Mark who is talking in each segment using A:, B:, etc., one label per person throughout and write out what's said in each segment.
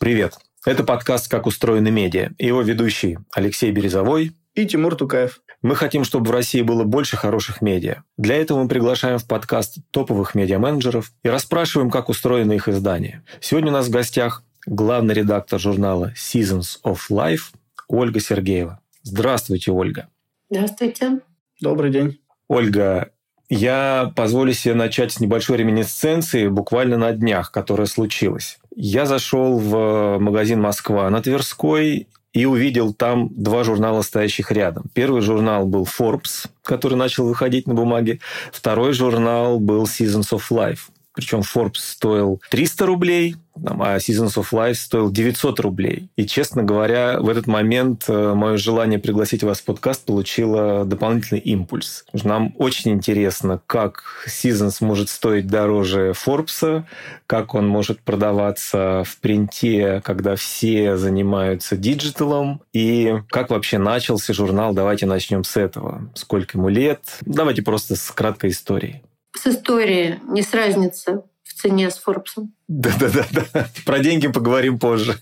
A: Привет. Это подкаст «Как устроены медиа». И его ведущий Алексей Березовой
B: и Тимур Тукаев.
A: Мы хотим, чтобы в России было больше хороших медиа. Для этого мы приглашаем в подкаст топовых медиа-менеджеров и расспрашиваем, как устроены их издания. Сегодня у нас в гостях главный редактор журнала Seasons of Life Ольга Сергеева. Здравствуйте, Ольга.
C: Здравствуйте.
B: Добрый день.
A: Ольга, я позволю себе начать с небольшой реминисценции буквально на днях, которая случилась. Я зашел в магазин «Москва» на Тверской и увидел там два журнала, стоящих рядом. Первый журнал был Forbes, который начал выходить на бумаге. Второй журнал был Seasons of Life. Причем Forbes стоил 300 рублей, а Seasons of Life стоил 900 рублей. И, честно говоря, в этот момент мое желание пригласить вас в подкаст получило дополнительный импульс. Нам очень интересно, как Seasons может стоить дороже Forbes, как он может продаваться в принте, когда все занимаются диджиталом, и как вообще начался журнал. Давайте начнем с этого. Сколько ему лет? Давайте просто с краткой историей.
C: С историей, не с разницей в цене с Форбсом.
A: Да. Про деньги поговорим позже.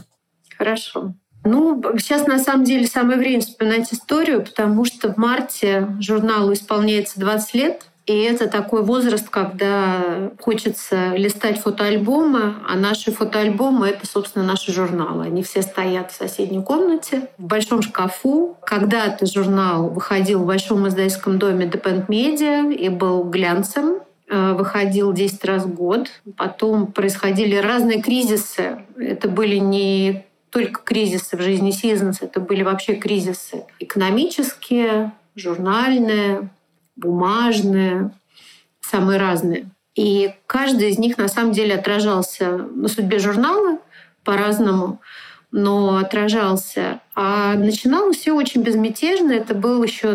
C: Хорошо. Сейчас на самом деле самое время вспоминать историю, потому что в марте журналу исполняется 20 лет. И это такой возраст, когда хочется листать фотоальбомы, а наши фотоальбомы — это, собственно, наши журналы. Они все стоят в соседней комнате, в большом шкафу. Когда-то журнал выходил в большом издательском доме Depend Media и был глянцем. Выходил 10 раз в год. Потом происходили разные кризисы. Это были не только кризисы в жизни Seasons, это были вообще кризисы экономические, журнальные, бумажные, самые разные. И каждый из них на самом деле отражался на судьбе журнала по-разному, но отражался. А начиналось все очень безмятежно. Это был еще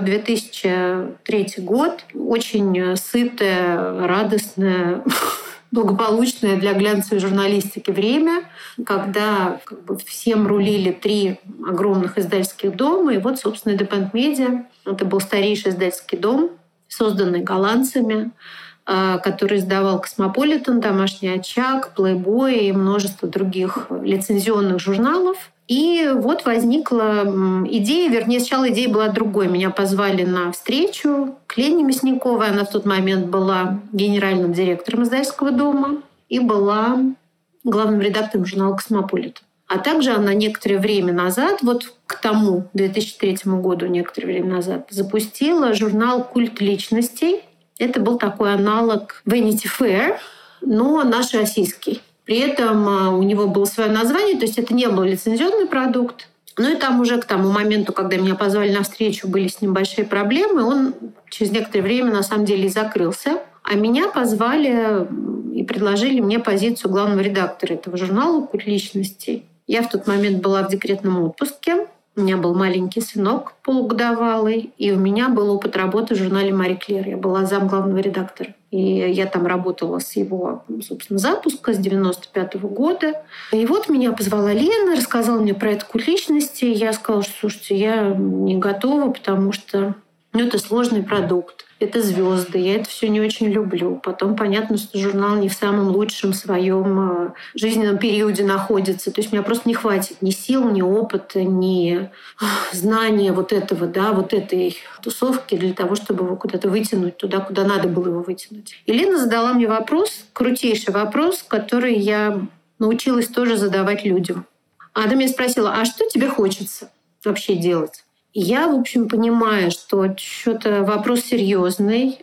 C: 2003 год. Очень сытое, радостное, благополучное для глянцевой журналистики время, когда всем рулили 3 огромных издательских дома. И вот, собственно, Depend Media. Это был старейший издательский дом, созданный голландцами, который издавал «Космополитен», «Домашний очаг», «Плейбой» и множество других лицензионных журналов. И вот возникла идея, вернее, сначала идея была другой. Меня позвали на встречу к Лене Мясниковой. Она в тот момент была генеральным директором издательского дома и была главным редактором журнала «Космополитен». А также она некоторое время назад, вот к тому 2003 году, некоторое время назад, запустила журнал «Культ личностей». Это был такой аналог Vanity Fair, но наш российский. При этом у него было свое название, то есть это не был лицензионный продукт. Ну и там уже к тому моменту, когда меня позвали на встречу, были с ним большие проблемы. Он через некоторое время на самом деле и закрылся. А меня позвали и предложили мне позицию главного редактора этого журнала «Культ личностей». Я в тот момент была в декретном отпуске. У меня был маленький сынок полугодовалый, и у меня был опыт работы в журнале «Мари Клер». Я была замглавного редактора. И я там работала с его, собственно, запуска, с 95-го года. И вот меня позвала Лена, рассказала мне про этот культ личности. Я сказала, что, слушайте, я не готова, потому что это сложный продукт, это звезды, я это все не очень люблю. Потом понятно, что журнал не в самом лучшем своем жизненном периоде находится. То есть у меня просто не хватит ни сил, ни опыта, ни знания вот этого, вот этой тусовки для того, чтобы его куда-то вытянуть туда, куда надо было его вытянуть. И Лена задала мне вопрос, крутейший вопрос, который я научилась тоже задавать людям. Она меня спросила, а что тебе хочется вообще делать? Я, в общем, понимаю, что что-то вопрос серьезный,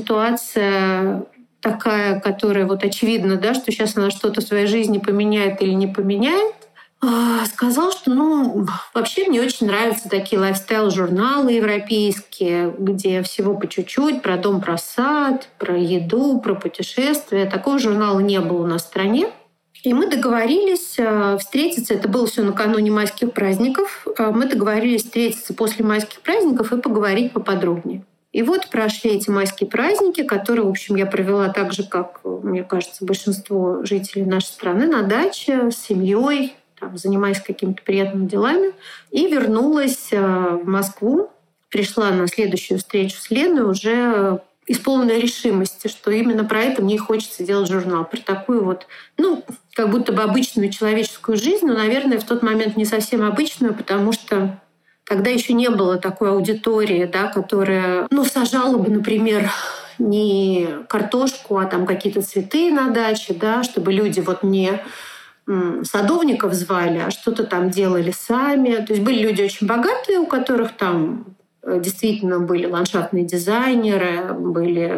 C: ситуация такая, которая вот очевидно, что сейчас она что-то в своей жизни поменяет или не поменяет. Сказал, что вообще мне очень нравятся такие лайфстайл-журналы европейские, где всего по чуть-чуть, про дом, про сад, про еду, про путешествия. Такого журнала не было у нас в стране. И мы договорились встретиться, это было все накануне майских праздников, мы договорились встретиться после майских праздников и поговорить поподробнее. И вот прошли эти майские праздники, которые, в общем, я провела так же, как, мне кажется, большинство жителей нашей страны, на даче, с семьей, занимаясь какими-то приятными делами. И вернулась в Москву, пришла на следующую встречу с Леной уже из полной решимости, что именно про это мне и хочется делать журнал. Про такую вот, как будто бы обычную человеческую жизнь, но, наверное, в тот момент не совсем обычную, потому что тогда еще не было такой аудитории, да, которая, сажала бы, например, не картошку, а там какие-то цветы на даче, да, чтобы люди вот не садовников звали, а что-то там делали сами. То есть были люди очень богатые, у которых там действительно были ландшафтные дизайнеры, были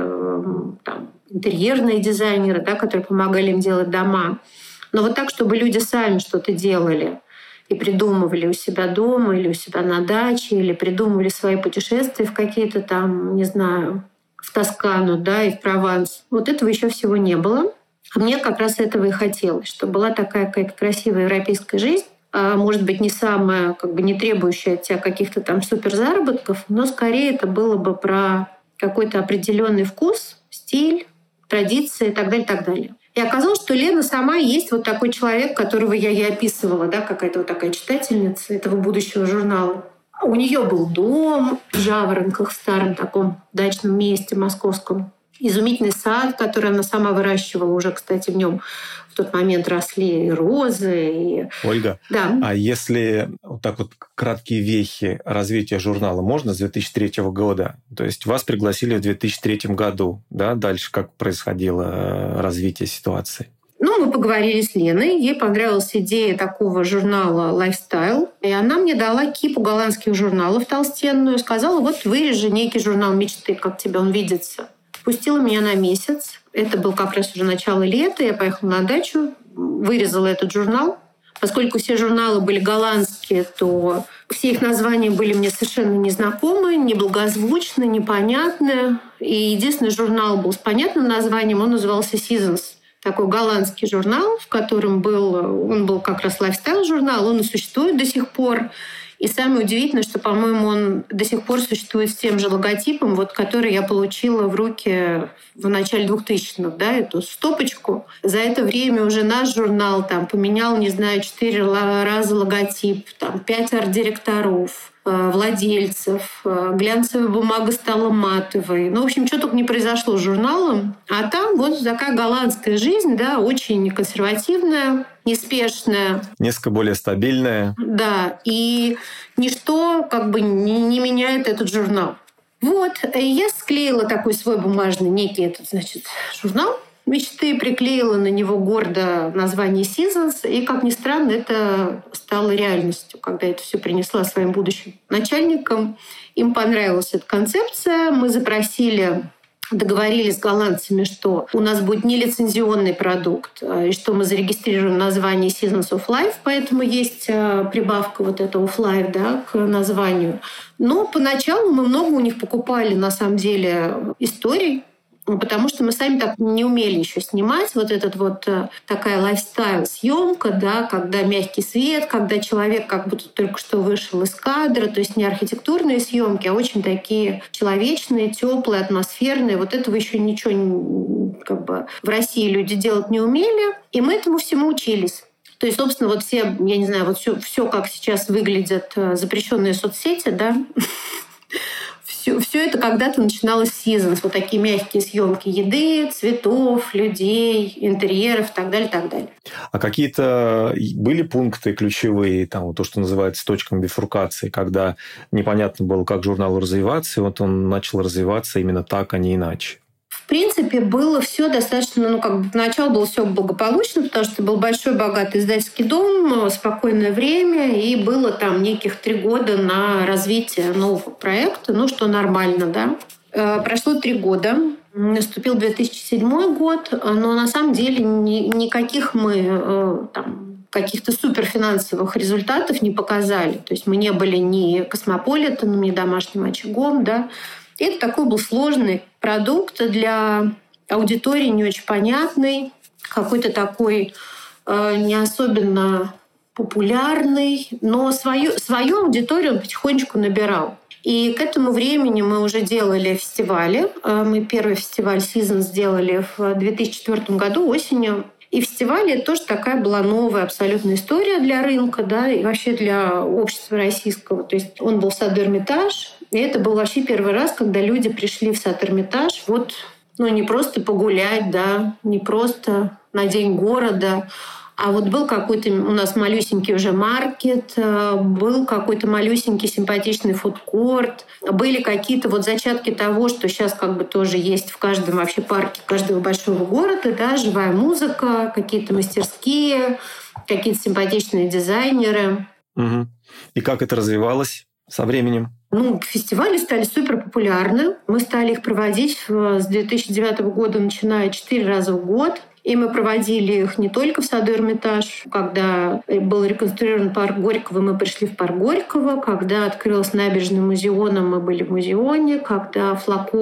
C: там интерьерные дизайнеры, да, которые помогали им делать дома. Но вот так, чтобы люди сами что-то делали и придумывали у себя дома или у себя на даче, или придумывали свои путешествия в какие-то там, не знаю, в Тоскану, да, и в Прованс. Вот этого еще всего не было. А мне как раз этого и хотелось, чтобы была такая какая-то красивая европейская жизнь, может быть, не самая, не требующая от тебя каких-то там суперзаработков, но скорее это было бы про какой-то определенный вкус, стиль, традиции и так далее, так далее. И оказалось, что Лена сама есть вот такой человек, которого я ей описывала, да, какая-то вот такая читательница этого будущего журнала. У нее был дом в Жаворонках, в старом таком дачном месте московском. Изумительный сад, который она сама выращивала. Уже, кстати, в нем в тот момент росли и розы.
A: Ольга,
C: да.
A: А если вот так вот краткие вехи развития журнала можно с 2003 года? То есть вас пригласили в 2003 году. Да? Дальше как происходило развитие ситуации?
C: Мы поговорили с Леной. Ей понравилась идея такого журнала «Лайфстайл». И она мне дала кипу голландских журналов толстенную. Сказала, вот вырежи некий журнал мечты, как тебе он видится. Пустила меня на месяц. Это был как раз уже начало лета. Я поехала на дачу, вырезала этот журнал. Поскольку все журналы были голландские, то все их названия были мне совершенно незнакомы, неблагозвучны, непонятны. И единственный журнал был с понятным названием, он назывался «Seasons». Такой голландский журнал, в котором он был как раз лайфстайл-журнал, он и существует до сих пор. И самое удивительное, что, по-моему, он до сих пор существует с тем же логотипом, который я получила в руки в начале 2000-х, да, эту стопочку. За это время уже наш журнал поменял, 4 раза логотип, 5 арт-директоров, владельцев, глянцевая бумага стала матовой. В общем, что только не произошло с журналом. А там вот такая голландская жизнь, да, очень консервативная, неспешная.
A: Несколько более стабильная.
C: Да, и ничто не меняет этот журнал. Вот, и я склеила такой свой бумажный некий журнал мечты, приклеила на него гордо название «Seasons», и, как ни странно, это стало реальностью, когда это все принесла своим будущим начальникам. Им понравилась эта концепция. Мы договорились с голландцами, что у нас будет нелицензионный продукт, и что мы зарегистрируем название «Seasons of Life», поэтому есть прибавка вот этого «of Life», да, к названию. Но поначалу мы много у них покупали, на самом деле, историй, потому что мы сами так не умели еще снимать. Вот этот такая лайфстайл-съемка, да, когда мягкий свет, когда человек как будто только что вышел из кадра, то есть не архитектурные съемки, а очень такие человечные, теплые, атмосферные. Вот этого еще ничего в России люди делать не умели, и мы этому всему учились. То есть, собственно, все, я не знаю, все, как сейчас выглядят запрещенные соцсети, да, все это когда-то начиналось с Seasons. Вот такие мягкие съемки еды, цветов, людей, интерьеров и так далее, так далее.
A: А какие-то были пункты ключевые, то, что называется точками бифуркации, когда непонятно было, как журналу развиваться, и вот он начал развиваться именно так, а не иначе?
C: В принципе, было все достаточно, поначалу было все благополучно, потому что был большой, богатый издательский дом, спокойное время, и было неких 3 года на развитие нового проекта, что нормально, да. Прошло 3 года, наступил 2007 год, но на самом деле никаких мы каких-то суперфинансовых результатов не показали. То есть мы не были ни космополитеном, ни домашним очагом, да. И это такой был сложный продукт для аудитории, не очень понятный, какой-то такой не особенно популярный, но свою аудиторию он потихонечку набирал. И к этому времени мы уже делали фестивали. Мы первый фестиваль «Seasons» сделали в 2004 году осенью. И фестиваль — это тоже такая была новая абсолютная история для рынка, да, и вообще для общества российского. То есть он был в саду «Эрмитаж», И это был вообще первый раз, когда люди пришли в сад Эрмитаж не просто погулять, да, не просто на День города, а вот был какой-то у нас малюсенький уже маркет, был какой-то малюсенький симпатичный фудкорт, были какие-то зачатки того, что сейчас тоже есть в каждом вообще парке каждого большого города, да, живая музыка, какие-то мастерские, какие-то симпатичные дизайнеры.
A: Угу. И как это развивалось со временем?
C: Фестивали стали супер популярны. Мы стали их проводить с 2009 года, начиная 4 раза в год. И мы проводили их не только в саду Эрмитаж. Когда был реконструирован парк Горького, мы пришли в парк Горького. Когда открылась набережная Музеона, мы были в Музеоне. Когда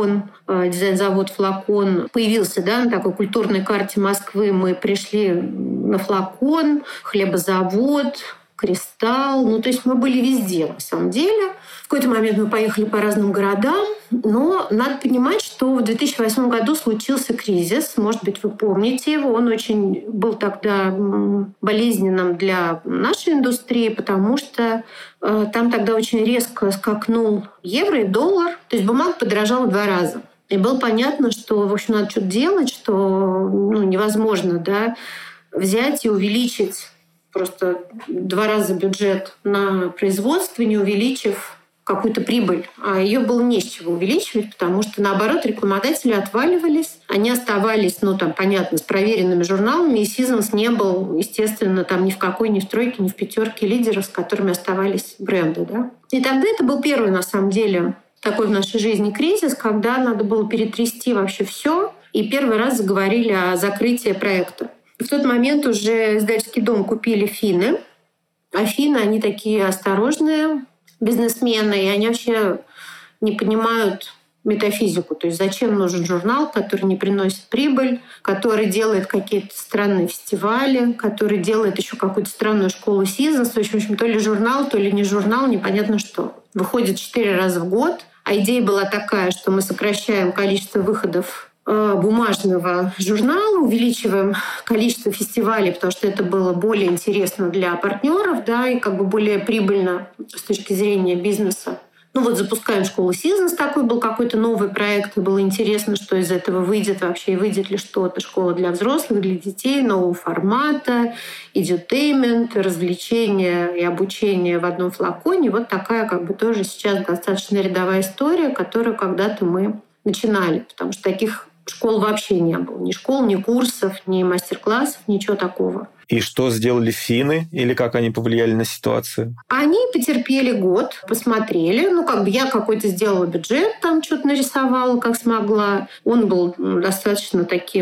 C: дизайн-завод «Флакон» появился на такой культурной карте Москвы, мы пришли на «Флакон», хлебозавод, «Кристалл». То есть мы были везде, на самом деле. В какой-то момент мы поехали по разным городам, но надо понимать, что в 2008 году случился кризис. Может быть, вы помните его. Он очень был тогда болезненным для нашей индустрии, потому что там тогда очень резко скакнул евро и доллар. То есть бумага подорожала в 2 раза. И было понятно, что, в общем, надо что-то делать, что невозможно, да, взять и увеличить просто 2 раза бюджет на производство, не увеличив какую-то прибыль. А ее было не с чего увеличивать, потому что, наоборот, рекламодатели отваливались. Они оставались, понятно, с проверенными журналами, и Seasons не был, естественно, ни в какой, ни в тройке, ни в 5 лидеров, с которыми оставались бренды. Да? И тогда это был первый, на самом деле, такой в нашей жизни кризис, когда надо было перетрясти вообще все, и первый раз заговорили о закрытии проекта. В тот момент уже издательский дом купили финны. А финны, они такие осторожные бизнесмены, и они вообще не понимают метафизику. То есть зачем нужен журнал, который не приносит прибыль, который делает какие-то странные фестивали, который делает еще какую-то странную школу Seasons. В общем, то ли журнал, то ли не журнал, непонятно что. Выходит 4 раза в год. А идея была такая, что мы сокращаем количество выходов бумажного журнала, увеличиваем количество фестивалей, потому что это было более интересно для партнеров, да, и более прибыльно с точки зрения бизнеса. Запускаем школу Seasons, такой был какой-то новый проект, и было интересно, что из этого выйдет вообще, и выйдет ли что-то. Школа для взрослых, для детей, нового формата, edutainment, развлечения и обучение в одном флаконе. Такая тоже сейчас достаточно рядовая история, которую когда-то мы начинали, потому что таких школ вообще не было. Ни школ, ни курсов, ни мастер-классов, ничего такого.
A: И что сделали финны? Или как они повлияли на ситуацию?
C: Они потерпели год, посмотрели. Я какой-то сделала бюджет, там что-то нарисовала, как смогла. Он был достаточно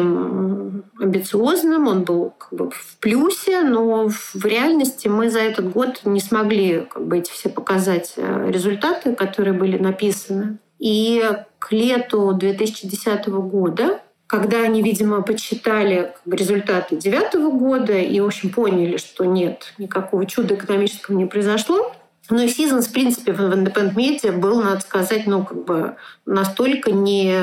C: таким амбициозным, он был в плюсе, но в реальности мы за этот год не смогли эти все показать результаты, которые были написаны. И к лету 2010 года, когда они, видимо, подсчитали результаты 2009 года и, в общем, поняли, что нет, никакого чуда экономического не произошло, но и Seasons, в принципе, в Independent Media был, надо сказать, настолько не...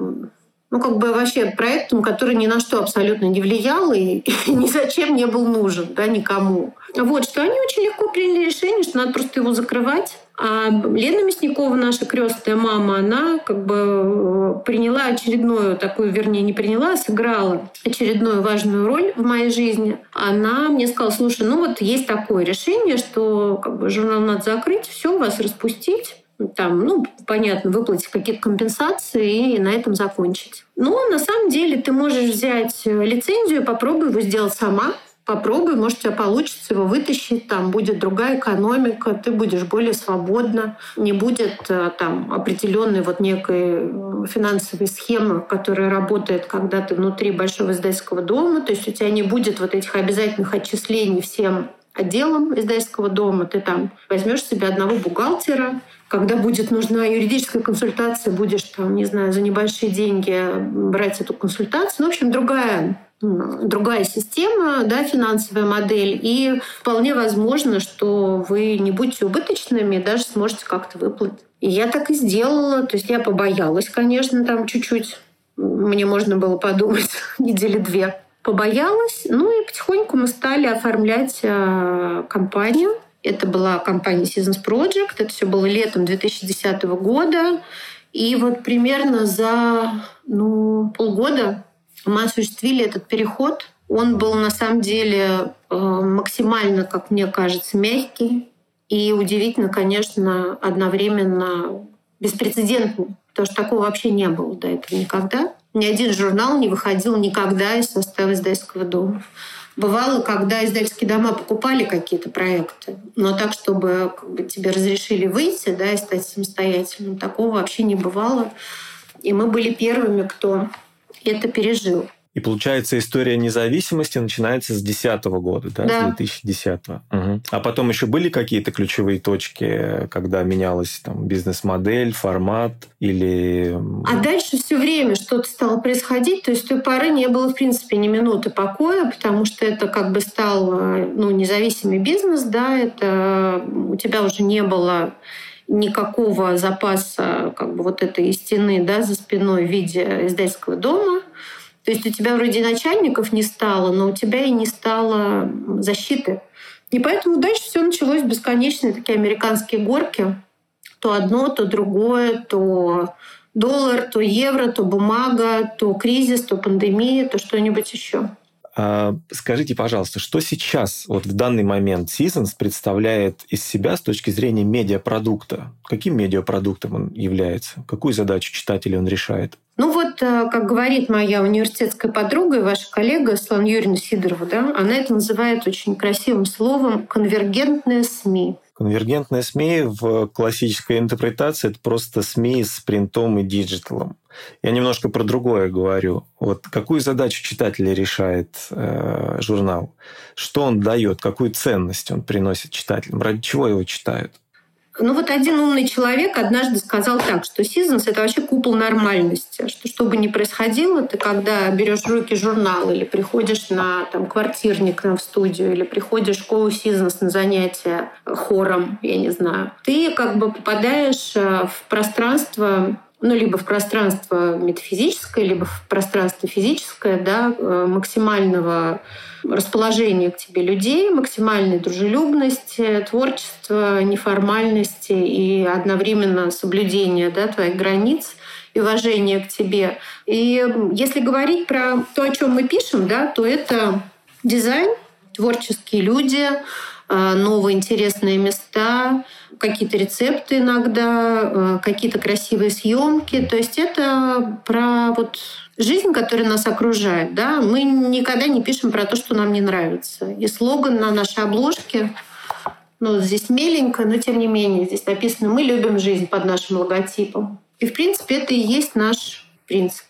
C: вообще проектом, который ни на что абсолютно не влиял и ни зачем не был нужен, да, никому. Что они очень легко приняли решение, что надо просто его закрывать. А Лена Мясникова, наша крестная мама, она приняла очередную такую, вернее, не приняла, а сыграла очередную важную роль в моей жизни. Она мне сказала: слушай, есть такое решение, что журнал надо закрыть, все, вас распустить. Понятно, выплатить какие-то компенсации и на этом закончить. Но на самом деле ты можешь взять лицензию, попробуй его сделать сама. Попробуй, может, у тебя получится его вытащить, там будет другая экономика, ты будешь более свободна, не будет там определенной некой финансовой схемы, которая работает, когда ты внутри большого издательского дома, то есть у тебя не будет этих обязательных отчислений всем отделам издательского дома, ты там возьмешь себе одного бухгалтера, когда будет нужна юридическая консультация, будешь за небольшие деньги брать эту консультацию. В общем, другая система, да, финансовая модель. И вполне возможно, что вы не будете убыточными и даже сможете как-то выплатить. И я так и сделала. То есть я побоялась, конечно, чуть-чуть. Мне можно было подумать 2 недели. Побоялась. И потихоньку мы стали оформлять компанию. Это была компания Seasons Project. Это все было летом 2010 года. И вот примерно за полгода мы осуществили этот переход. Он был на самом деле максимально, как мне кажется, мягкий и удивительно, конечно, одновременно беспрецедентный. Потому что такого вообще не было до этого никогда. Ни один журнал не выходил никогда из состава издательского дома. Бывало, когда издательские дома покупали какие-то проекты, но так, чтобы тебе разрешили выйти, и стать самостоятельным, такого вообще не бывало. И мы были первыми, кто это пережил.
A: И получается, история независимости начинается с 2010 года, да? С 2010. Угу. А потом еще были какие-то ключевые точки, когда менялась бизнес-модель, формат или...
C: А дальше все время что-то стало происходить. То есть с той поры не было, в принципе, ни минуты покоя, потому что это стал независимый бизнес, это у тебя уже не было никакого запаса этой стены за спиной в виде издательского дома. То есть у тебя вроде начальников не стало, но у тебя и не стало защиты. И поэтому дальше все началось бесконечные такие американские горки. То одно, то другое, то доллар, то евро, то бумага, то кризис, то пандемия, то что-нибудь еще.
A: Скажите, пожалуйста, что сейчас, в данный момент, Seasons представляет из себя с точки зрения медиапродукта? Каким медиапродуктом он является? Какую задачу читателя он решает?
C: Как говорит моя университетская подруга и ваша коллега Светлана Юрьевна Сидорова, она это называет очень красивым словом «конвергентные СМИ».
A: Конвергентные СМИ в классической интерпретации – это просто СМИ с принтом и диджиталом. Я немножко про другое говорю. Какую задачу читателя решает журнал? Что он дает? Какую ценность он приносит читателям? Ради чего его читают?
C: Один умный человек однажды сказал так, что Seasons — это вообще купол нормальности. Что бы ни происходило, ты когда берешь в руки журнал или приходишь на квартирник в студию, или приходишь в школу Seasons на занятия хором, я не знаю, ты попадаешь в пространство, либо в пространство метафизическое, либо в пространство физическое, максимального расположения к тебе людей, максимальной дружелюбности, творчества, неформальности и одновременно соблюдения твоих границ и уважения к тебе. И если говорить про то, о чем мы пишем, то это дизайн, творческие люди, новые интересные места, какие-то рецепты иногда, какие-то красивые съемки. То есть это про жизнь, которая нас окружает. Мы никогда не пишем про то, что нам не нравится. И слоган на нашей обложке, здесь меленько, но тем не менее, здесь написано «Мы любим жизнь» под нашим логотипом. И, в принципе, это и есть наш принцип.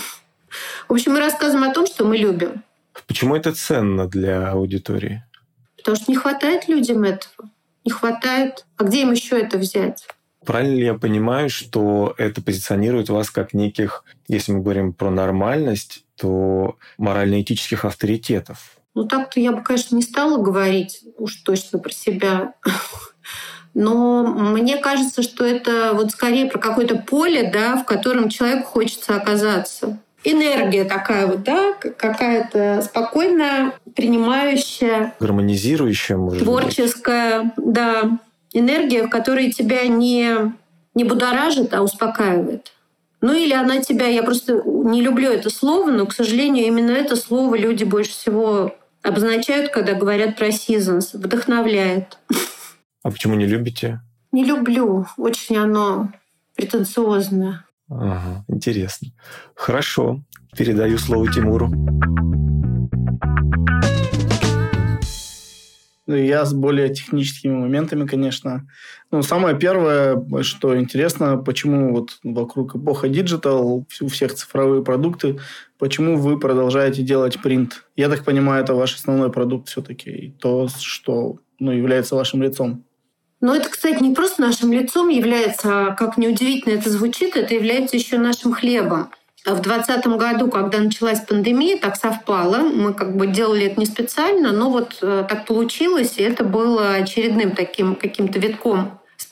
C: В общем, мы рассказываем о том, что мы любим.
A: Почему это ценно для аудитории?
C: Потому что не хватает людям этого. Не хватает. А где им еще это взять?
A: Правильно ли я понимаю, что это позиционирует вас как неких, если мы говорим про нормальность, то морально-этических авторитетов?
C: Так-то я бы, конечно, не стала говорить уж точно про себя. Но мне кажется, что это скорее про какое-то поле, в котором человеку хочется оказаться. Энергия такая какая-то спокойная, принимающая,
A: гармонизирующая, может
C: творческая,
A: быть.
C: Энергия, в которой тебя не будоражит, а успокаивает. Или она тебя, я просто не люблю это слово, но, к сожалению, именно это слово люди больше всего обозначают, когда говорят про Seasons. Вдохновляет.
A: А почему не любите?
C: Не люблю. Очень оно претенциозное.
A: Ага, интересно. Хорошо. Передаю слово Тимуру.
B: Я с более техническими моментами, конечно. Самое первое, что интересно, почему вокруг эпоха диджитал, у всех цифровые продукты, почему вы продолжаете делать принт? Я так понимаю, это ваш основной продукт все-таки, и то, что является вашим лицом.
C: Это, кстати, не просто нашим лицом является, а как неудивительно это звучит, это является еще нашим хлебом. В 2020 году, когда началась пандемия, так совпало. Мы делали это не специально, но так получилось, и это было очередным таким каким-то витком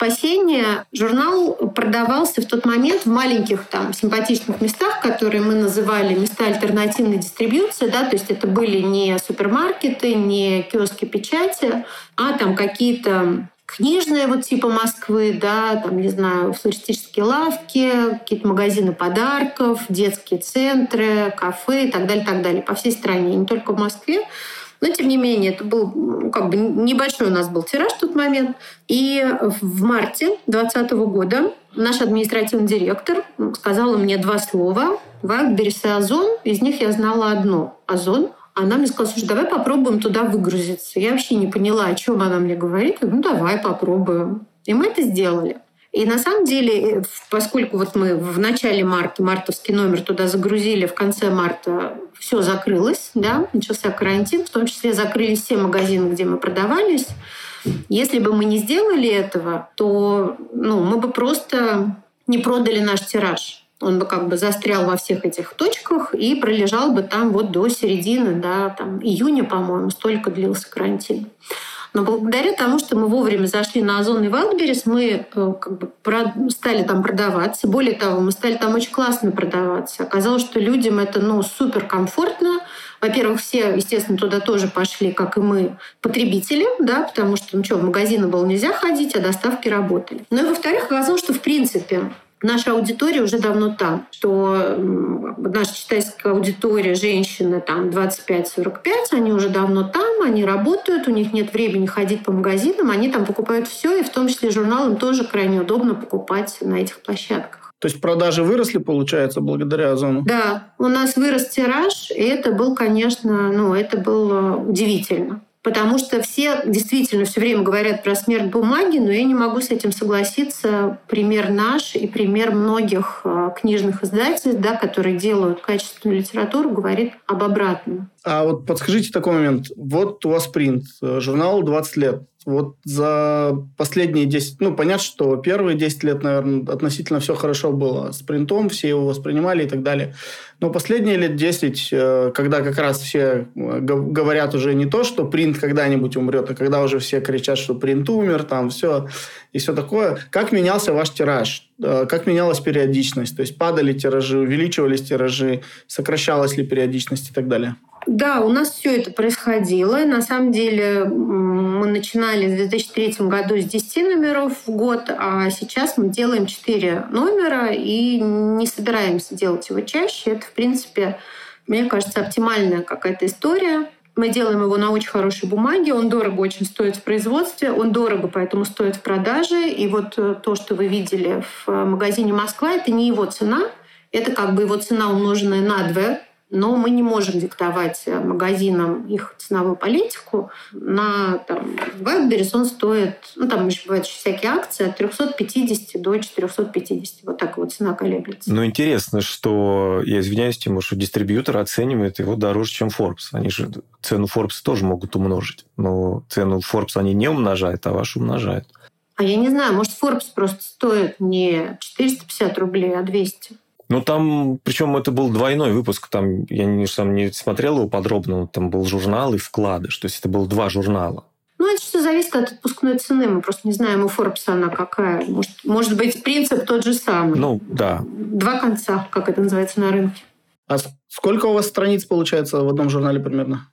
C: спасения журнал продавался в тот момент в маленьких там симпатичных местах, которые мы называли места альтернативной дистрибьюции, да, то есть это были не супермаркеты, не киоски печати, а там какие-то книжные вот типа Москвы, да, там, не знаю, флористические лавки, какие-то магазины подарков, детские центры, кафе и так далее, по всей стране, не только в Москве. Но, тем не менее, это был как бы небольшой у нас был тираж в тот момент. И в марте 2020 года наш административный директор сказала мне 2 слова: «Wildberries» и «Озон». Из них я знала одно — «Озон». Она мне сказала: «Слушай, давай попробуем туда выгрузиться». Я вообще не поняла, о чем она мне говорит. Я говорю: давай попробуем. И мы это сделали. И на самом деле, поскольку вот мы в начале марта, мартовский номер туда загрузили, в конце марта все закрылось, да, начался карантин, в том числе закрылись все магазины, где мы продавались. Если бы мы не сделали этого, то мы бы просто не продали наш тираж. Он бы как бы застрял во всех этих точках и пролежал бы там вот до середины, да, там, июня, по-моему, столько длился карантин. Но благодаря тому, что мы вовремя зашли на Озон и Wildberries, мы как бы стали там продаваться. Более того, мы стали там очень классно продаваться. Оказалось, что людям это супер комфортно. Во-первых, все, естественно, туда тоже пошли, как и мы, потребители, да, потому что в магазины было нельзя ходить, а доставки работали. Ну и во-вторых, оказалось, что в принципе наша аудитория уже давно там, что наша читательская аудитория, женщины там 25-45, они уже давно там, они работают, у них нет времени ходить по магазинам, они там покупают все, и в том числе журнал им тоже крайне удобно покупать на этих площадках.
B: То есть продажи выросли, получается, благодаря Озону?
C: Да, у нас вырос тираж, и это был, конечно, это было удивительно. Потому что все действительно все время говорят про смерть бумаги, но я не могу с этим согласиться. Пример наш и пример многих книжных издательств, да, которые делают качественную литературу, говорит об обратном.
B: А вот подскажите такой момент. Вот у вас принт, журналу 20 лет. Вот за последние 10... понятно, что первые 10 лет, наверное, относительно все хорошо было с принтом, все его воспринимали и так далее. Но последние лет 10, когда как раз все говорят уже не то, что принт когда-нибудь умрет, а когда уже все кричат, что принт умер, там все и все такое. Как менялся ваш тираж? Как менялась периодичность? То есть падали тиражи, увеличивались тиражи, сокращалась ли периодичность и так далее?
C: Да, у нас все это происходило. На самом деле мы начинали в 2003 году с 10 номеров в год, а сейчас мы делаем 4 номера и не собираемся делать его чаще. Это, в принципе, мне кажется, оптимальная какая-то история. Мы делаем его на очень хорошей бумаге, он дорого очень стоит в производстве, он дорого поэтому стоит в продаже. И вот то, что вы видели в магазине «Москва», это не его цена, это как бы его цена, умноженная на 2. Но мы не можем диктовать магазинам их ценовую политику. На Wildberries он стоит, там еще бывают всякие акции, от 350 до 450. Вот так вот цена колеблется.
A: Интересно, что, я извиняюсь, Тимур, что дистрибьюторы оценивают его дороже, чем Forbes. Они же цену Forbes тоже могут умножить. Но цену Forbes они не умножают, а вашу умножают.
C: А я не знаю, может, Forbes просто стоит не 450 рублей, а 200.
A: Там, причем это был двойной выпуск, там я сам не смотрел его подробно, там был журнал и вкладыш, то есть это было 2 журнала.
C: Это все зависит от отпускной цены, мы просто не знаем, у Forbes она какая. Может быть, принцип тот же самый.
A: Да.
C: 2 конца, как это называется на рынке.
B: А сколько у вас страниц получается в одном журнале примерно?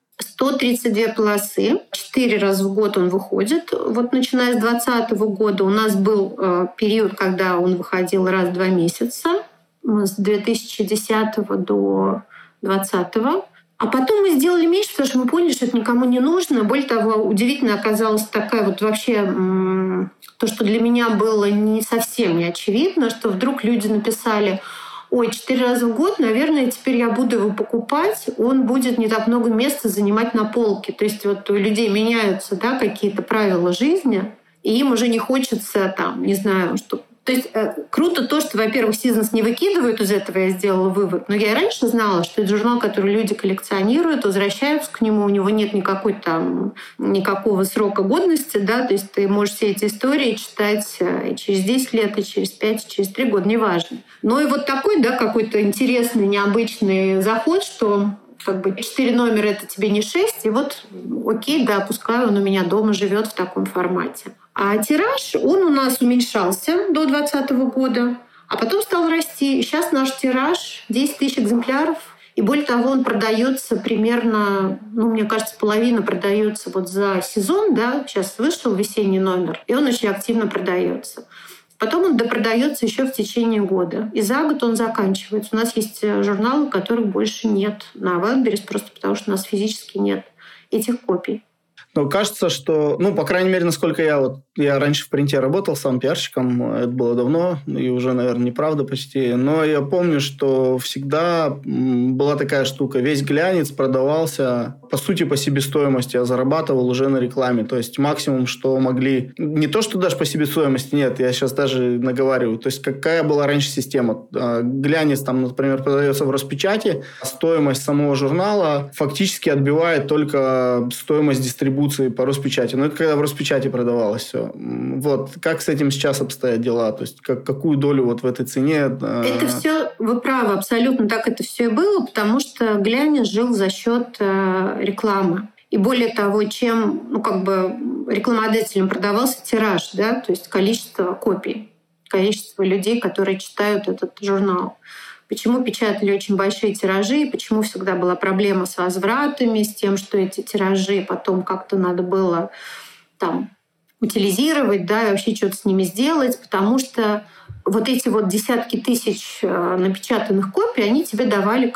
C: 132 полосы. 4 раза в год он выходит. Вот начиная с 2020 года у нас был период, когда он выходил раз в 2 месяца. С 2010 до 2020. А потом мы сделали меньше, потому что мы поняли, что это никому не нужно. Более того, удивительно оказалась такая вот вообще... То, что для меня было не совсем не очевидно, что вдруг люди написали: ой, 4 раза в год, наверное, теперь я буду его покупать, он будет не так много места занимать на полке. То есть вот у людей меняются, да, какие-то правила жизни, и им уже не хочется, не знаю, что... То есть круто то, что, во-первых, Seasons не выкидывают, из этого я сделала вывод. Но я и раньше знала, что это журнал, который люди коллекционируют, возвращаются к нему, у него нет никакого срока годности, да, то есть ты можешь все эти истории читать и через 10 лет, и через 5, и через 3 года, неважно. Но и вот такой, да, какой-то интересный, необычный заход, что как бы 4 номера — это тебе не 6, и вот окей, да, пускай он у меня дома живет в таком формате. А тираж, он у нас уменьшался до 2020 года, а потом стал расти. И сейчас наш тираж 10 тысяч экземпляров. И более того, он продается примерно, мне кажется, половина продается вот за сезон, да, сейчас вышел весенний номер, и он очень активно продается. Потом он допродается еще в течение года. И за год он заканчивается. У нас есть журналы, которых больше нет на Wildberries, просто потому что у нас физически нет этих копий.
B: Но кажется, что, по крайней мере, насколько я раньше в принте работал сам пиарщиком, это было давно, и уже, наверное, неправда почти, но я помню, что всегда была такая штука, весь глянец продавался, по сути, по себестоимости, я зарабатывал уже на рекламе, то есть максимум, что могли, не то, что даже по себестоимости, нет, я сейчас даже наговариваю, то есть какая была раньше система, глянец там, например, продается в Роспечати, стоимость самого журнала фактически отбивает только стоимость дистрибуции по Роспечати. Но это когда в Роспечати продавалось все. Вот. Как с этим сейчас обстоят дела? То есть какую долю вот в этой цене?
C: Это все, вы правы, абсолютно так это все и было, потому что глянец жил за счет рекламы. И более того, чем рекламодателям продавался тираж, да, то есть количество копий, количество людей, которые читают этот журнал. Почему печатали очень большие тиражи, и почему всегда была проблема с возвратами, с тем, что эти тиражи потом как-то надо было там утилизировать, да, и вообще что-то с ними сделать, потому что вот эти вот десятки тысяч напечатанных копий, они тебе давали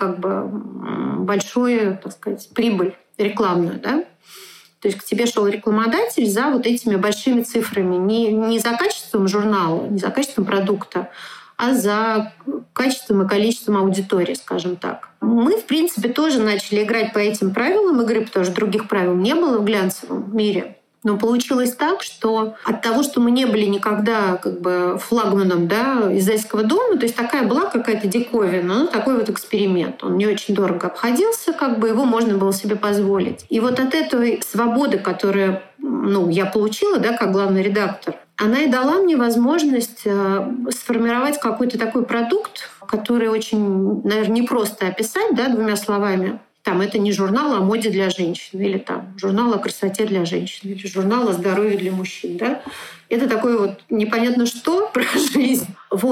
C: большую, так сказать, прибыль рекламную, да. То есть к тебе шел рекламодатель за вот этими большими цифрами, не за качеством журнала, не за качеством продукта, а за качеством и количеством аудитории, скажем так. Мы, в принципе, тоже начали играть по этим правилам игры, потому что других правил не было в глянцевом мире. Но получилось так, что от того, что мы не были никогда флагманом, да, издательского дома, то есть такая была какая-то диковина, такой вот эксперимент. Он не очень дорого обходился, его можно было себе позволить. И вот от этой свободы, которую я получила, да, как главный редактор, она и дала мне возможность сформировать какой-то такой продукт, который очень, наверное, непросто описать, да, двумя словами. Это не журнал о моде для женщин, или журнал о красоте для женщин, или журнал о здоровье для мужчин. Да? Это такое вот непонятно что про жизнь.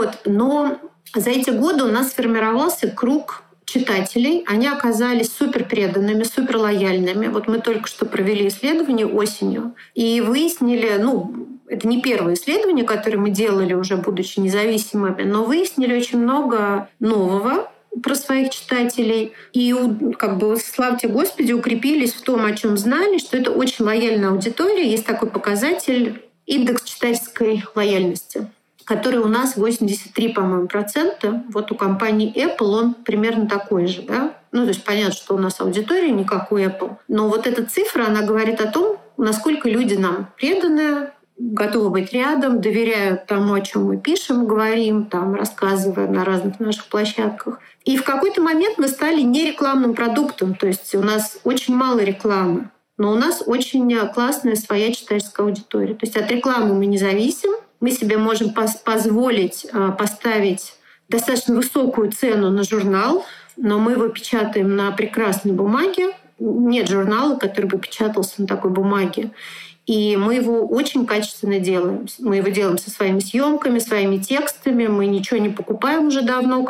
C: Но за эти годы у нас сформировался круг читателей. Они оказались супер преданными, супер лояльными. Мы только что провели исследование осенью и выяснили, это не первое исследование, которое мы делали уже будучи независимыми, но выяснили очень много нового про своих читателей. И, славьте Господи, укрепились в том, о чем знали, что это очень лояльная аудитория. Есть такой показатель индекс читательской лояльности, который у нас 83, по-моему, процента. У компании Apple он примерно такой же. Да? То есть понятно, что у нас аудитория не как у Apple. Но вот эта цифра, она говорит о том, насколько люди нам преданы, готовы быть рядом, доверяют тому, о чем мы пишем, говорим, рассказывая на разных наших площадках. И в какой-то момент мы стали не рекламным продуктом, то есть у нас очень мало рекламы, но у нас очень классная своя читательская аудитория. То есть от рекламы мы не зависим, мы себе можем позволить поставить достаточно высокую цену на журнал, но мы его печатаем на прекрасной бумаге. Нет журнала, который бы печатался на такой бумаге. И мы его очень качественно делаем. Мы его делаем со своими съемками, своими текстами. Мы ничего не покупаем уже давно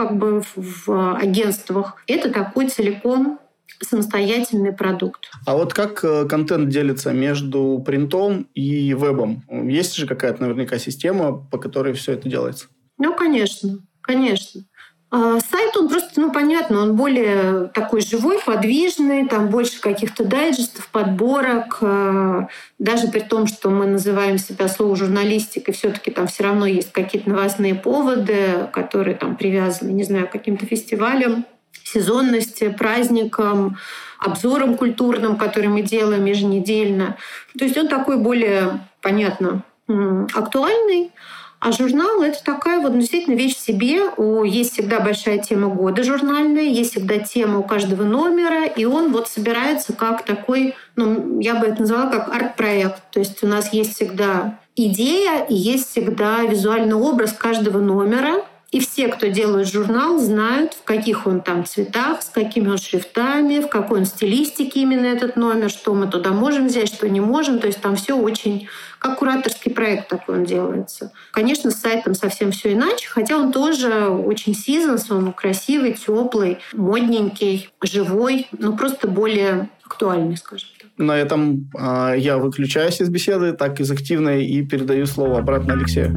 C: в агентствах. Это такой целиком самостоятельный продукт.
B: А как контент делится между принтом и вебом? Есть же какая-то наверняка система, по которой все это делается?
C: Конечно. Сайт, он просто, понятно, он более такой живой, подвижный, там больше каких-то дайджестов, подборок. Даже при том, что мы называем себя слово журналистикой, все-таки там все равно есть какие-то новостные поводы, которые там привязаны, не знаю, к каким-то фестивалям, сезонности, праздникам, обзорам культурным, которые мы делаем еженедельно. То есть он такой более, понятно, актуальный. А журнал — это такая действительно вещь в себе. Есть всегда большая тема года журнальная, есть всегда тема у каждого номера, и он собирается как такой, я бы это назвала как арт-проект. То есть у нас есть всегда идея и есть всегда визуальный образ каждого номера. И все, кто делает журнал, знают, в каких он там цветах, с какими он шрифтами, в какой он стилистике именно этот номер, что мы туда можем взять, что не можем. То есть там все очень как кураторский проект такой он делается. Конечно, с сайтом совсем все иначе, хотя он тоже очень seasons, он красивый, теплый, модненький, живой, но просто более актуальный, скажем так.
B: На этом я выключаюсь из беседы, так из активной, и передаю слово обратно Алексею.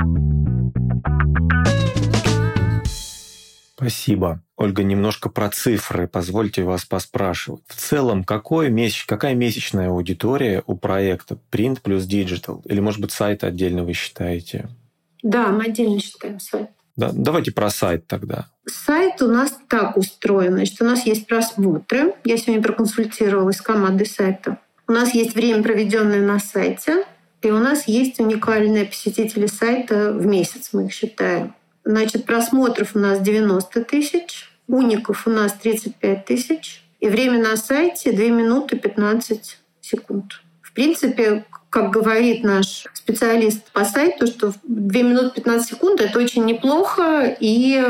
A: Спасибо. Ольга, немножко про цифры. Позвольте вас поспрашивать. В целом, какая месячная аудитория у проекта Print плюс Digital? Или, может быть, сайт отдельно вы считаете?
C: Да, мы отдельно считаем сайт.
A: Да, давайте про сайт тогда.
C: Сайт у нас так устроен. Значит, у нас есть просмотры. Я сегодня проконсультировалась с командой сайта. У нас есть время, проведенное на сайте. И у нас есть уникальные посетители сайта в месяц, мы их считаем. Значит, просмотров у нас 90 тысяч, уников у нас 35 тысяч, и время на сайте 2 минуты 15 секунд. В принципе, как говорит наш специалист по сайту, что 2 минуты 15 секунд — это очень неплохо, и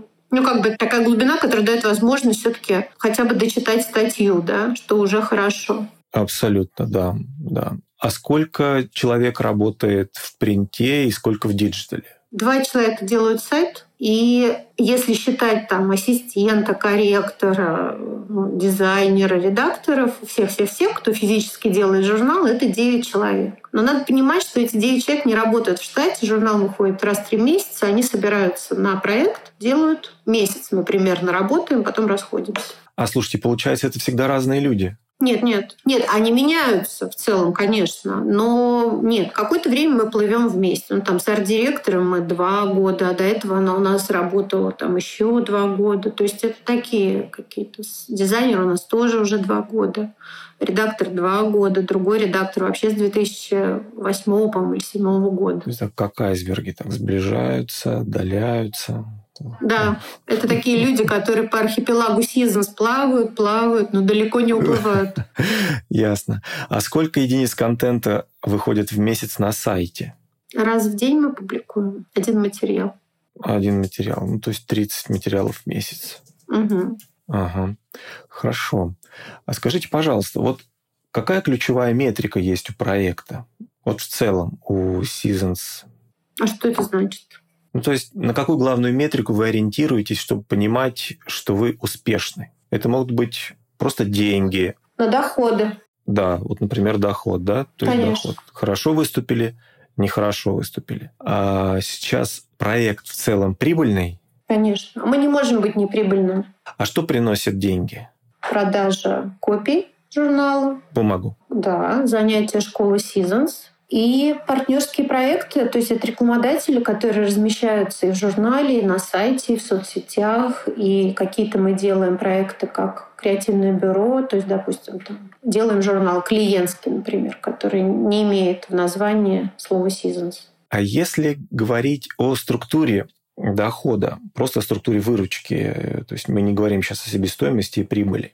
C: такая глубина, которая дает возможность все-таки хотя бы дочитать статью, да, что уже хорошо.
A: Абсолютно, да. А сколько человек работает в принте и сколько в диджитале?
C: 2 человека делают сайт, и если считать там ассистента, корректора, дизайнера, редакторов, всех, кто физически делает журнал, это 9 человек. Но надо понимать, что эти 9 человек не работают в штате, журнал выходит раз в 3 месяца, они собираются на проект, делают месяц, мы примерно работаем, потом расходимся.
A: А слушайте, получается, это всегда разные люди?
C: Нет, они меняются в целом, конечно, но нет, какое-то время мы плывем вместе. Там с арт-директором мы 2 года, а до этого она у нас работала там еще 2 года. То есть это такие какие-то... Дизайнер у нас тоже уже 2 года, редактор 2 года, другой редактор вообще с 2008, по-моему, или 2007 года.
A: То есть как айсберги так сближаются, отдаляются...
C: Да, это такие люди, которые по архипелагу Seasons плавают, но далеко не уплывают.
A: Ясно. А сколько единиц контента выходит в месяц на сайте?
C: Раз в день мы публикуем 1 материал.
A: 1 материал. То есть 30 материалов в месяц.
C: Угу.
A: Ага. Хорошо. А скажите, пожалуйста, вот какая ключевая метрика есть у проекта? Вот в целом у Seasons.
C: А что это значит?
A: То есть на какую главную метрику вы ориентируетесь, чтобы понимать, что вы успешны? Это могут быть просто деньги.
C: На доходы.
A: Да, вот, например, доход, да? То есть
C: конечно.
A: доход. Хорошо выступили, нехорошо выступили. А сейчас проект в целом прибыльный?
C: Конечно. Мы не можем быть неприбыльными.
A: А что приносит деньги?
C: Продажа копий журнала.
A: Бумагу.
C: Да, занятия школы Seasons. И партнерские проекты, то есть это рекламодатели, которые размещаются и в журнале, и на сайте, и в соцсетях, и какие-то мы делаем проекты как креативное бюро, то есть, допустим, там, делаем журнал клиентский, например, который не имеет в названии слова Seasons.
A: А если говорить о структуре дохода, просто о структуре выручки, то есть мы не говорим сейчас о себестоимости и прибыли,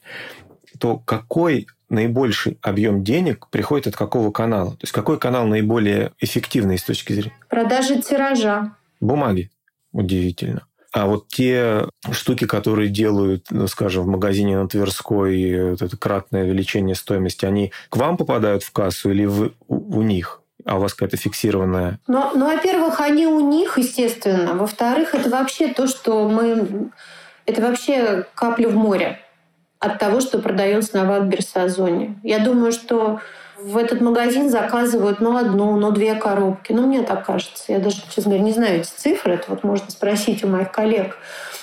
A: то какой наибольший объем денег приходит от какого канала? То есть какой канал наиболее эффективный с точки зрения?
C: Продажи тиража.
A: Бумаги. Удивительно. А вот те штуки, которые делают, скажем, в магазине на Тверской, вот это кратное увеличение стоимости, они к вам попадают в кассу или вы у них? А у вас какая-то фиксированная?
C: Ну, во-первых, они у них, естественно. Во-вторых, это вообще то, что мы... Это вообще капля в море от того, что продается на Ватберсазоне. Я думаю, что в этот магазин заказывают 1, 2 коробки. Мне так кажется. Я даже, честно говоря, не знаю эти цифры. Это вот можно спросить у моих коллег.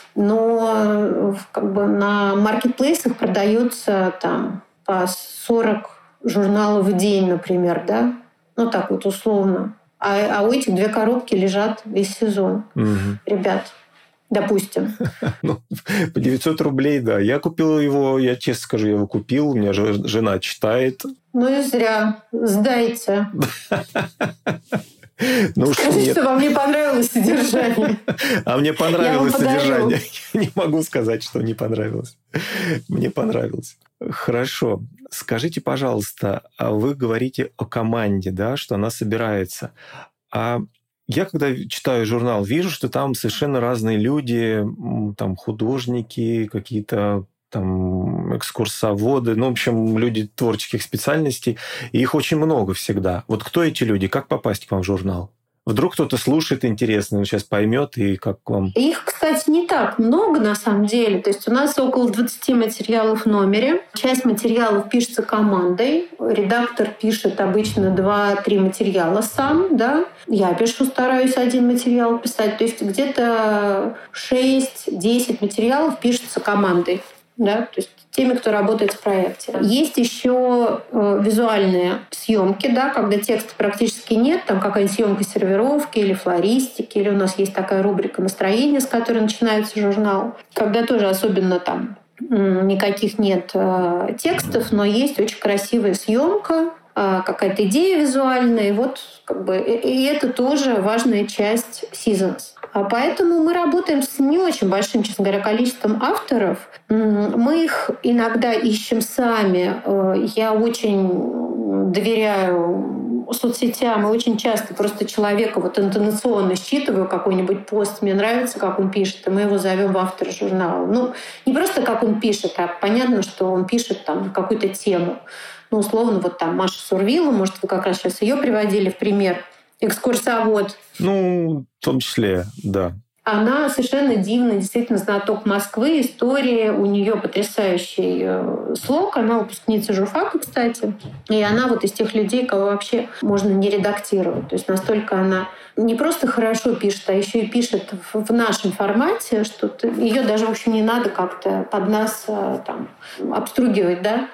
C: Но на маркетплейсах продается там по 40 журналов в день, например, да? Так вот условно. А у этих 2 коробки лежат весь сезон.
A: Угу.
C: Ребят, допустим.
A: По 900 рублей, да. Я купил его, я честно скажу, я его купил. У меня жена читает.
C: И зря. Сдайте. Скажите, что вам не понравилось содержание.
A: А мне понравилось содержание. Я не могу сказать, что не понравилось. Мне понравилось. Хорошо. Скажите, пожалуйста, а вы говорите о команде, да, что она собирается. А Я, когда читаю журнал, вижу, что там совершенно разные люди, там художники, какие-то там экскурсоводы, ну, в общем, люди творческих специальностей, и их очень много всегда. Вот кто эти люди? Как попасть к вам в журнал? Вдруг кто-то слушает интересно, он сейчас поймет, и как к вам...
C: Их, кстати, не так много на самом деле. То есть у нас около 20 материалов в номере. Часть материалов пишется командой. Редактор пишет обычно 2-3 материала сам. Да? Я стараюсь один материал писать. То есть где-то 6-10 материалов пишется командой. Да? То есть теми, кто работает в проекте. Есть еще визуальные съемки, да, когда текста практически нет, там какая-нибудь съемка сервировки или флористики, или у нас есть такая рубрика «Настроение», с которой начинается журнал, когда тоже особенно там никаких нет текстов, но есть очень красивая съемка, какая-то идея визуальная, и вот и это тоже важная часть Seasons. Поэтому мы работаем с не очень большим, честно говоря, количеством авторов. Мы их иногда ищем сами. Я очень доверяю соцсетям и очень часто просто человека интонационно считываю какой-нибудь пост, мне нравится, как он пишет, и мы его зовем в авторы журнала. Ну, не просто как он пишет, а понятно, что он пишет там какую-то тему. Ну, условно, Маша Сурвила, может, вы как раз сейчас ее приводили в пример, экскурсовод.
A: Ну, в том числе, да.
C: Она совершенно дивный, действительно, знаток Москвы, истории. У нее потрясающий слог. Она выпускница журфака, кстати. И она из тех людей, кого вообще можно не редактировать. То есть настолько она не просто хорошо пишет, а еще и пишет в нашем формате, что ее даже, в общем, не надо как-то под нас обстругивать, да.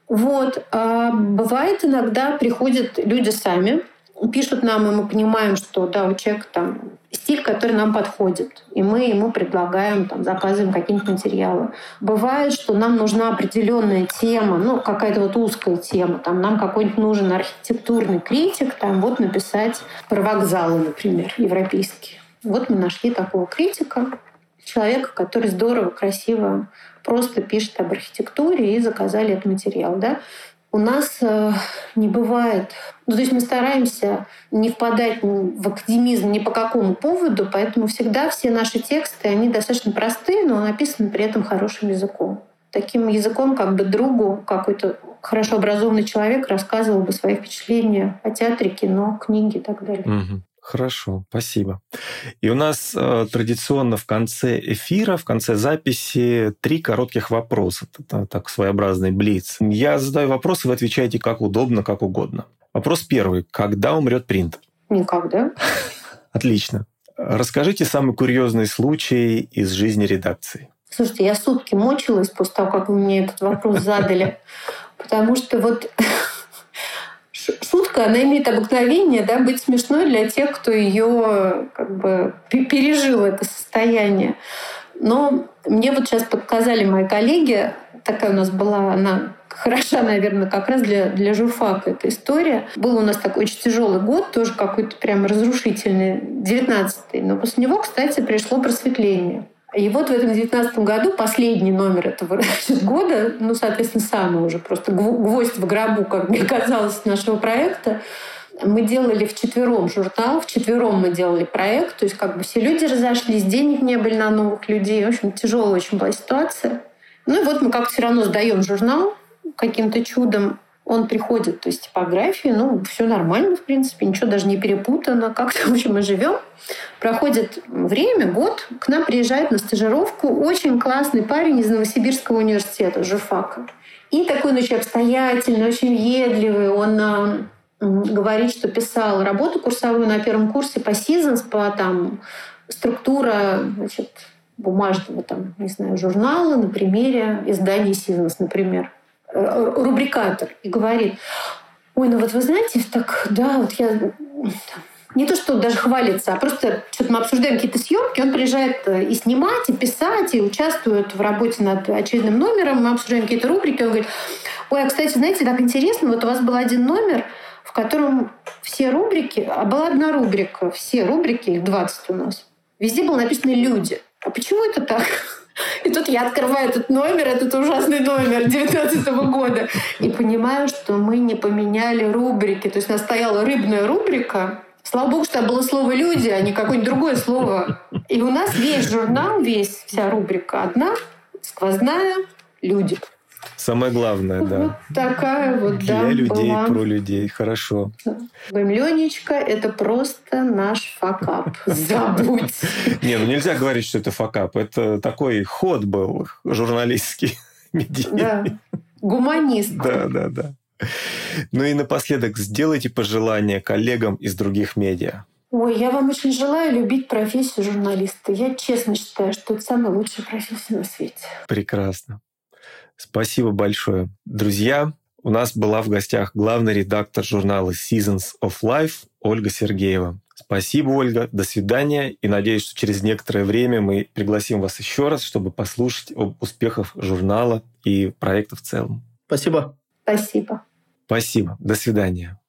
C: А бывает, иногда приходят люди сами, пишут нам, и мы понимаем, что да, у человека стиль, который нам подходит, и мы ему предлагаем, заказываем какие-нибудь материалы. Бывает, что нам нужна определенная тема, какая-то узкая тема, нам какой-нибудь нужен архитектурный критик, написать про вокзалы, например, европейские. Мы нашли такого критика, человека, который здорово, красиво просто пишет об архитектуре, и заказали этот материал, да. У нас не бывает... то есть мы стараемся не впадать в академизм ни по какому поводу, поэтому всегда все наши тексты, они достаточно простые, но написаны при этом хорошим языком. Таким языком, другу какой-то хорошо образованный человек рассказывал бы свои впечатления о театре, кино, книге и так далее.
A: Угу. Хорошо, спасибо. И у нас традиционно в конце эфира, в конце записи 3 коротких вопроса. Это так своеобразный блиц. Я задаю вопросы, вы отвечаете как удобно, как угодно. Вопрос первый. Когда умрет принтер?
C: Никогда.
A: Отлично. Расскажите самый курьезный случай из жизни редакции.
C: Слушайте, я сутки мучилась после того, как вы мне этот вопрос задали, потому что шутка, она имеет обыкновение быть смешной для тех, кто ее пережил это состояние. Но мне сейчас подсказали мои коллеги, такая у нас была, она хороша, наверное, как раз для журфака эта история. Был у нас такой очень тяжелый год, тоже какой-то прям разрушительный, 19-й. Но после него, кстати, пришло просветление. И в этом 19-м году последний номер этого года, соответственно, самый уже просто гвоздь в гробу, как мне казалось, нашего проекта, мы делали вчетвером журнал, вчетвером мы делали проект, то есть все люди разошлись, денег не было на новых людей, в общем, тяжелая очень была ситуация. Мы как-то все равно сдаем журнал каким-то чудом. Он приходит, то есть типографии, все нормально, в принципе, ничего даже не перепутано, как-то, в общем, мы живем. Проходит время, год, к нам приезжает на стажировку очень классный парень из Новосибирского университета, журфака. И такой он очень обстоятельный, очень въедливый. Он говорит, что писал работу курсовую на первом курсе по Seasons, по структура, бумажного журнала на примере издания Seasons, например. Рубрикатор, и говорит: ой, вы знаете, я не то, что даже хвалится, а просто что-то мы обсуждаем какие-то съемки, он приезжает и снимать, и писать, и участвует в работе над очередным номером, мы обсуждаем какие-то рубрики, он говорит: ой, кстати, знаете, так интересно, у вас был один номер, в котором все рубрики, а была одна рубрика, все рубрики, их 20 у нас, везде было написано «люди». А почему это так? И тут я открываю этот номер, этот ужасный номер 19 года, и понимаю, что мы не поменяли рубрики. То есть у нас стояла рыбная рубрика Слава богу, что было слово «люди», а не какое-нибудь другое слово. И у нас весь журнал, вся рубрика одна, сквозная «люди».
A: Самое главное, да.
C: Вот такая вот,
A: Для
C: да,
A: людей,
C: была.
A: про людей. Хорошо.
C: Ленечка, это просто наш факап. Забудь.
A: Не, ну нельзя говорить, что это факап. Это такой ход был журналистский.
C: Да. Гуманист.
A: Да. Ну и напоследок сделайте пожелания коллегам из других медиа.
C: Ой, я вам очень желаю любить профессию журналиста. Я честно считаю, что это самая лучшая профессия на свете.
A: Прекрасно. Спасибо большое. Друзья, у нас была в гостях главный редактор журнала Seasons of Life Ольга Сергеева. Спасибо, Ольга. До свидания. И надеюсь, что через некоторое время мы пригласим вас еще раз, чтобы послушать об успехах журнала и проекта в целом.
B: Спасибо.
C: Спасибо.
A: Спасибо. До свидания.